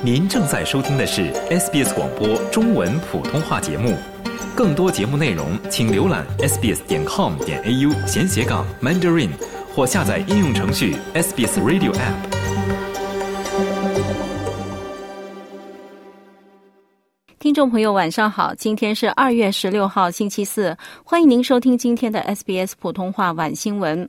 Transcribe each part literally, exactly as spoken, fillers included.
您正在收听的是 S B S 广播中文普通话节目。更多节目内容，请浏览 s b s 点 com 点 a u 闲斜杠 Mandarin 或下载应用程序 S B S Radio App。 听众朋友晚上好，今天是二月十六号星期四，欢迎您收听今天的 S B S 普通话晚新闻。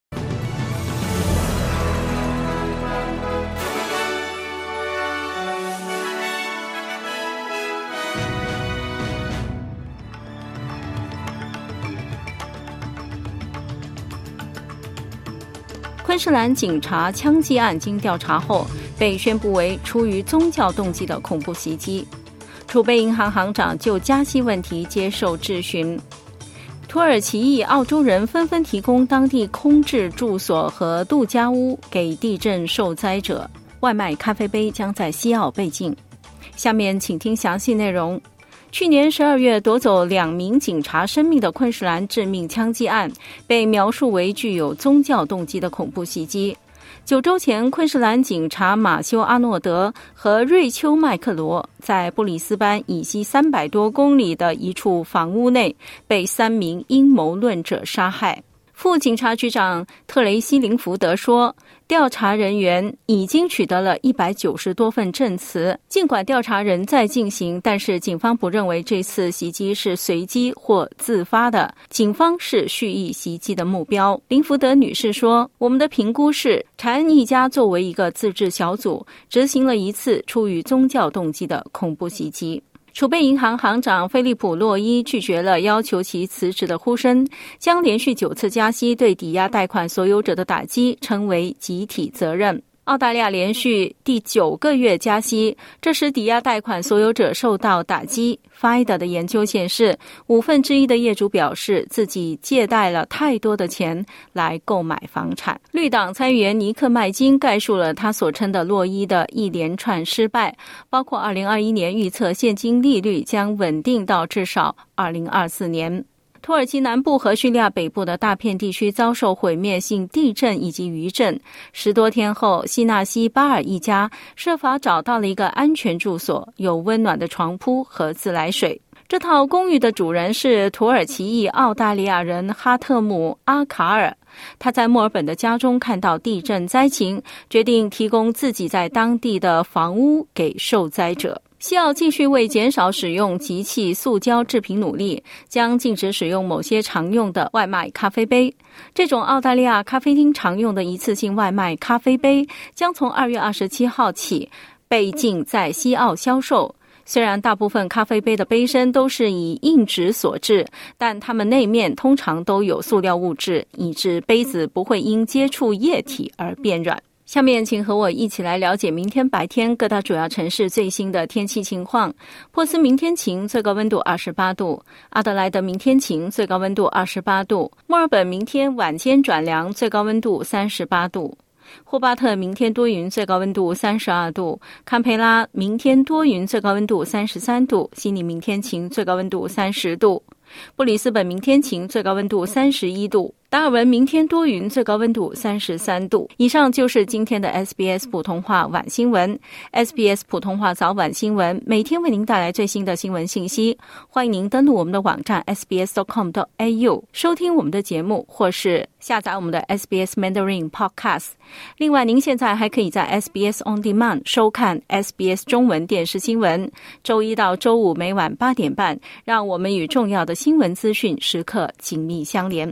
昆士兰警察枪击案经调查后被宣布为出于宗教动机的恐怖袭击。储备银行行长就加息问题接受质询。土耳其裔澳洲人纷纷提供当地空置住所和度假屋给地震受灾者，外卖咖啡杯将在西澳被禁。下面请听详细内容。去年十二月夺走两名警察生命的昆士兰致命枪击案被描述为具有宗教动机的恐怖袭击。九周前，昆士兰警察马修·阿诺德和瑞秋·麦克罗在布里斯班以西三百多公里的一处房屋内被三名阴谋论者杀害。副警察局长特雷西·林福德说，调查人员已经取得了一百九十多份证词，尽管调查仍在进行，但是警方不认为这次袭击是随机或自发的，警方是蓄意袭击的目标。林福德女士说，我们的评估是柴恩一家作为一个自治小组执行了一次出于宗教动机的恐怖袭击。储备银行行长菲利普·洛伊拒绝了要求其辞职的呼声，将连续九次加息对抵押贷款所有者的打击称为集体责任。澳大利亚连续第九个月加息，这使抵押贷款所有者受到打击。F I D A 的研究显示，五分之一的业主表示自己借贷了太多的钱来购买房产。绿党参议员尼克·麦金概述了他所称的洛伊的一连串失败，包括二零二一年预测现金利率将稳定到至少二零二四年。土耳其南部和叙利亚北部的大片地区遭受毁灭性地震以及余震。十多天后，希纳西巴尔一家设法找到了一个安全住所，有温暖的床铺和自来水。这套公寓的主人是土耳其裔澳大利亚人哈特姆·阿卡尔。他在墨尔本的家中看到地震灾情，决定提供自己在当地的房屋给受灾者。西澳继续为减少使用即弃塑胶制品努力，将禁止使用某些常用的外卖咖啡杯。这种澳大利亚咖啡厅常用的一次性外卖咖啡杯将从二月二十七号起被禁在西澳销售。虽然大部分咖啡杯的杯身都是以硬纸所制，但它们内面通常都有塑料物质，以致杯子不会因接触液体而变软。下面请和我一起来了解明天白天各大主要城市最新的天气情况。珀斯明天晴，最高温度二十八度；阿德莱德明天晴，最高温度二十八度；墨尔本明天晚间转凉，最高温度三十八度；霍巴特明天多云，最高温度三十二度；堪培拉明天多云，最高温度三十三度；悉尼明天晴，最高温度三十度；布里斯本明天晴，最高温度三十一度；达尔文明天多云，最高温度三十三度。以上就是今天的 S B S 普通话晚新闻。 S B S 普通话早晚新闻每天为您带来最新的新闻信息，欢迎您登录我们的网站 s b s dot com dot a u 收听我们的节目，或是下载我们的 S B S Mandarin Podcast。 另外，您现在还可以在 S B S On Demand 收看 S B S 中文电视新闻，周一到周五每晚八点半，让我们与重要的新闻资讯时刻紧密相连。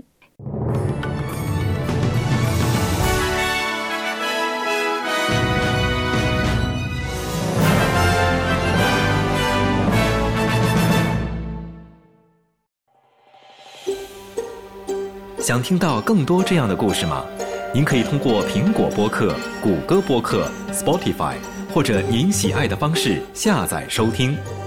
想听到更多这样的故事吗？您可以通过苹果播客、谷歌播客、Spotify 或者您喜爱的方式下载收听。